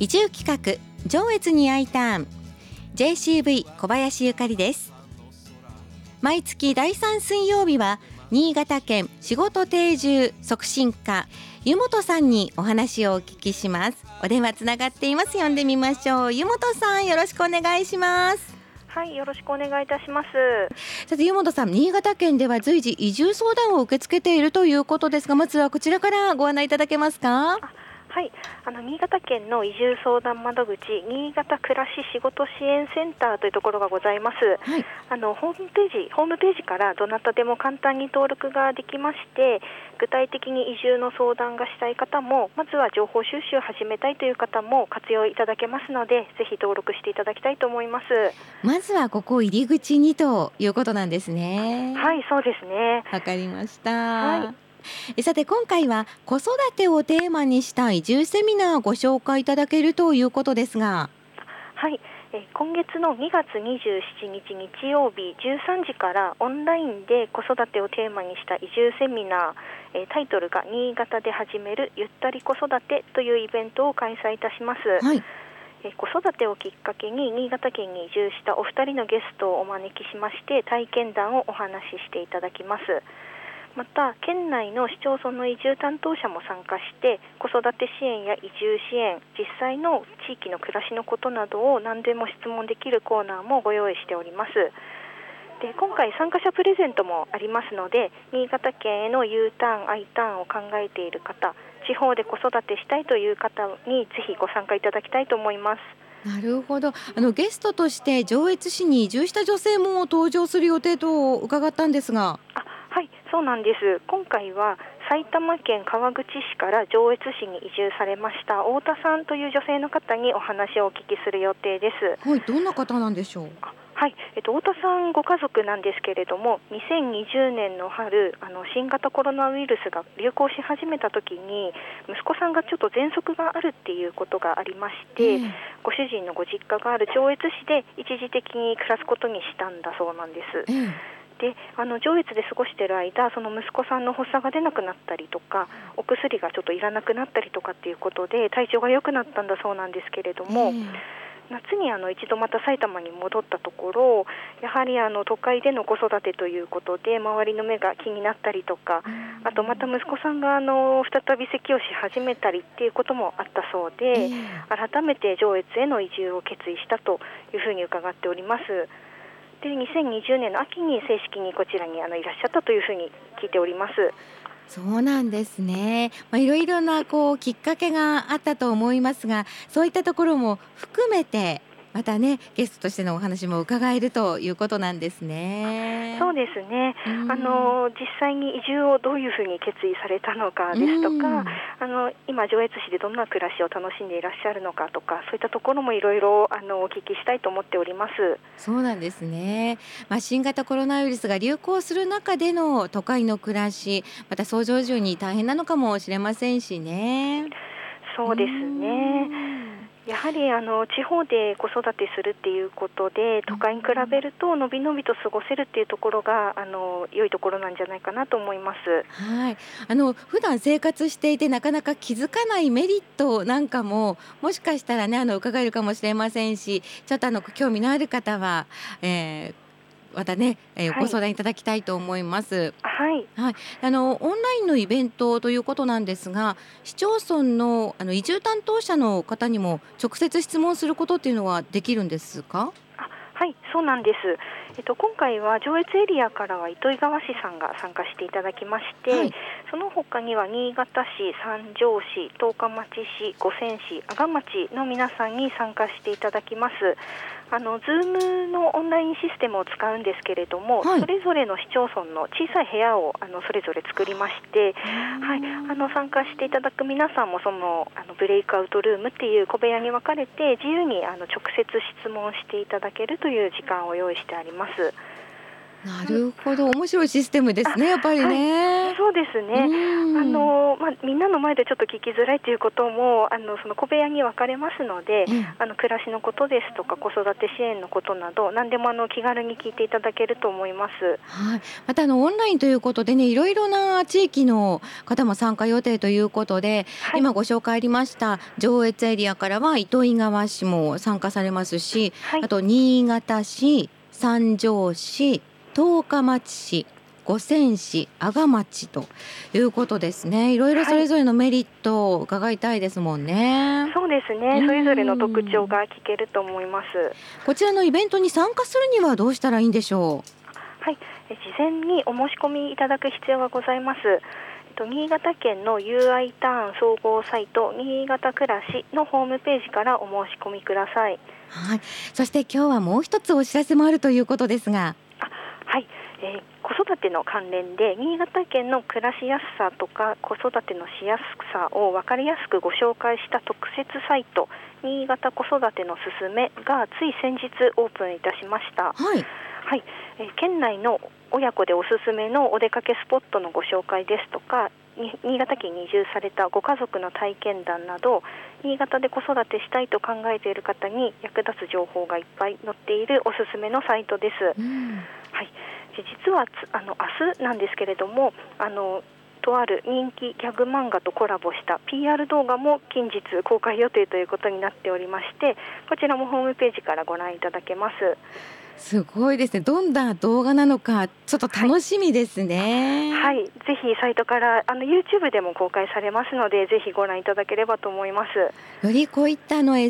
移住企画上越に I ターン JCV 小林ゆかりです。毎月第3水曜日は新潟県仕事定住促進課湯本さんにお話をお聞きします。お電話つながっています。呼んでみましょう。湯本さん、よろしくお願いします。 はい、よろしくお願いいたします。 さて湯本さん、新潟県では随時移住相談を受け付けているということですが、まずはこちらからご案内いただけますか？ はい、新潟県の移住相談窓口新潟暮らし仕事支援センターというところがございます。 はい、 ホームページからどなたでも簡単に登録ができまして、具体的に移住の相談がしたい方も、まずは情報収集を始めたいという方も活用いただけますので、ぜひ登録していただきたいと思います。 まずはここ入り口にということなんですね。 はい、そうですね。 わかりました。 はい、 さて今回は子育てをテーマにした移住セミナーをご紹介いただけるということですが、 はい、今月の2月27日日曜日13時からオンラインで子育てをテーマにした移住セミナー、タイトルが新潟で始めるゆったり子育てというイベントを開催いたします。 はい、 子育てをきっかけに新潟県に移住したお二人のゲストをお招きしまして体験談をお話ししていただきます。また県内の市町村の移住担当者も参加して子育て支援や移住支援、実際の地域の暮らしのことなどを何でも質問できるコーナーもご用意しております。で、今回参加者プレゼントもありますので、新潟県への U ターン I ターンを考えている方、地方で子育てしたいという方にぜひご参加いただきたいと思います。 なるほど。ゲストとして上越市に移住した女性も登場する予定と伺ったんですが。 はい、そうなんです。今回は埼玉県川口市から上越市に移住されました太田さんという女性の方にお話をお聞きする予定です。 はい、どんな方なんでしょう？ はい、太田さんご家族なんですけれども、2020年の春新型コロナウイルスが流行し始めた時に息子さんがちょっと喘息があるっていうことがありまして、ご主人のご実家がある上越市で一時的に暮らすことにしたんだそうなんです。で、上越で過ごしている間、その息子さんの発作が出なくなったりとか、お薬がちょっといらなくなったりとかっていうことで体調が良くなったんだそうなんですけれども、夏に一度また埼玉に戻ったところ、やはり都会での子育てということで周りの目が気になったりとか、あとまた息子さんが再び咳をし始めたりっていうこともあったそうで、改めて上越への移住を決意したというふうに伺っております。で、2020年の秋に正式にこちらにいらっしゃったというふうに聞いております。 そうなんですね。いろいろなきっかけがあったと思いますが、そういったところも含めてまたね、ゲストとしてのお話も伺えるということなんですね。 そうですね。実際に移住をどういうふうに決意されたのかですとか、今上越市でどんな暮らしを楽しんでいらっしゃるのかとか、そういったところもいろいろお聞きしたいと思っております。 そうなんですね。新型コロナウイルスが流行する中での都会の暮らし、また想像以上に大変なのかもしれませんしね。 そうですね。やはり地方で子育てするっていうことで都会に比べるとのびのびと過ごせるっていうところが良いところなんじゃないかなと思います。 はい、普段生活していてなかなか気づかないメリットなんかももしかしたらね伺えるかもしれませんし、ちょっと興味のある方は、またね、ご相談いただきたいと思います。 はい、 はい、オンラインのイベントということなんですが、市町村の移住担当者の方にも直接質問することっていうのはできるんですか？ はい、そうなんです。今回は上越エリアからは糸魚川市さんが参加していただきまして、はい、その他には新潟市、三条市、十日町市、五泉市、阿賀町の皆さんに参加していただきます。Zoom のオンラインシステムを使うんですけれども、はい、それぞれの市町村の小さい部屋をそれぞれ作りまして、はい、参加していただく皆さんもそのブレイクアウトルームっていう小部屋に分かれて自由に直接質問していただけるという時間を用意してあります。 なるほど、面白いシステムですね、やっぱりね。 そうですね。みんなの前でちょっと聞きづらいということもその小部屋に分かれますので、暮らしのことですとか子育て支援のことなど何でも気軽に聞いていただけると思います。 はい、またオンラインということでね、いろいろな地域の方も参加予定ということで、 はい、 今ご紹介ありました上越エリアからは糸魚川市も参加されますし、 はい、 あと新潟市、三条市、十日町市、五泉市、阿賀町ということですね。いろいろそれぞれのメリットを伺いたいですもんね。 そうですね。それぞれの特徴が聞けると思います。 こちらのイベントに参加するにはどうしたらいいんでしょう？ はい、事前にお申し込みいただく必要がございます。新潟県の UI ターン総合サイト新潟暮らしのホームページからお申し込みください。 はい、そして今日はもう一つお知らせもあるということですが、 はい、子育ての関連で新潟県の暮らしやすさとか子育てのしやすさを分かりやすくご紹介した特設サイト新潟子育てのすすめがつい先日オープンいたしました。 はい、 はい、県内の親子でおすすめのお出かけスポットのご紹介ですとか新潟県に移住されたご家族の体験談など新潟で子育てしたいと考えている方に役立つ情報がいっぱい載っているおすすめのサイトです。はい、実は明日なんですけれどもとある人気ギャグ漫画とコラボした PR 動画も近日公開予定ということになっておりまして、こちらもホームページからご覧いただけます。 すごいですね。どんな動画なのかちょっと楽しみですね。 はい、ぜひサイトからYouTube でも公開されますのでぜひご覧いただければと思います。 よりこういった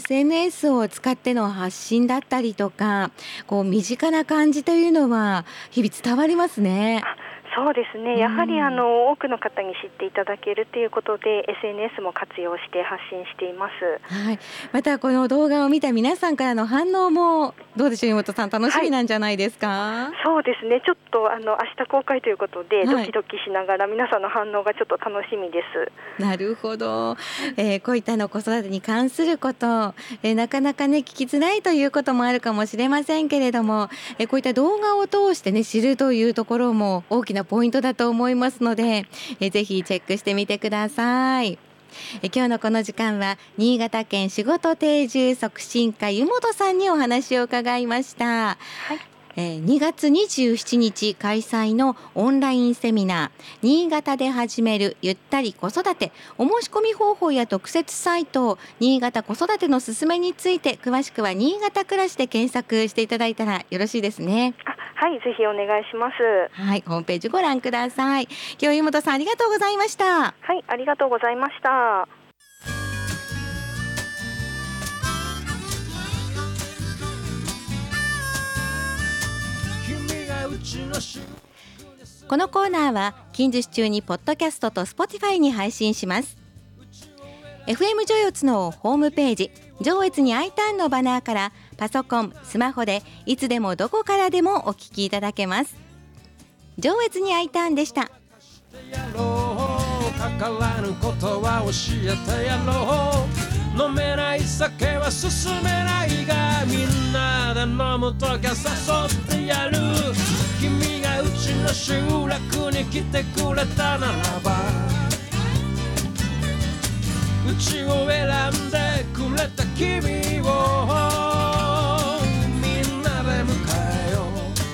SNS を使っての発信だったりとか身近な感じというのは日々伝わりますね。 そうですね。やはり多くの方に知っていただけるということで SNS も活用して発信しています。 はい、またこの動画を見た皆さんからの反応もどうでしょう、井本さん、楽しみなんじゃないですか？ はい、そうですね。ちょっと明日公開ということで、ドキドキしながら皆さんの反応がちょっと楽しみです。 なるほど、こういった子育てに関すること、なかなかね聞きづらいということもあるかもしれませんけれども、こういった動画を通してね知るというところも大きなポイントだと思いますので、ぜひチェックしてみてください。今日のこの時間は新潟県仕事定住促進課湯本さんにお話を伺いました。 はい、 2月27日開催のオンラインセミナー新潟で始めるゆったり子育て、お申し込み方法や特設サイト新潟子育てのすすめについて詳しくは新潟暮らしで検索していただいたらよろしいですね。 はい、ぜひお願いします。 はい、ホームページご覧ください。今日湯本さんありがとうございました。 はい、ありがとうございました。 このコーナーは近日中にポッドキャストと Spotify に配信します。 FM 上越のホームページ上越に I ターンのバナーからパソコン、スマホでいつでもどこからでもお聞きいただけます。上越に I ターンでした。かからぬことは教えてやろう。飲めない酒は進めないがみんなで飲むときは誘ってやる。君がうちの集落に来てくれたならばうちを選んでくれた君をみんなで迎えよ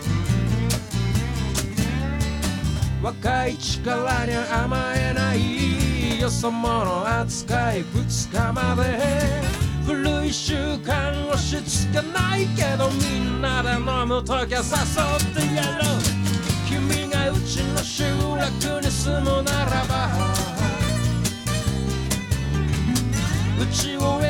う。若い力に甘えないよそ者扱い2日まで古い習慣押し付けないけどみんなで飲むときは誘ってやろう。君がうちの集落に住むならばうちを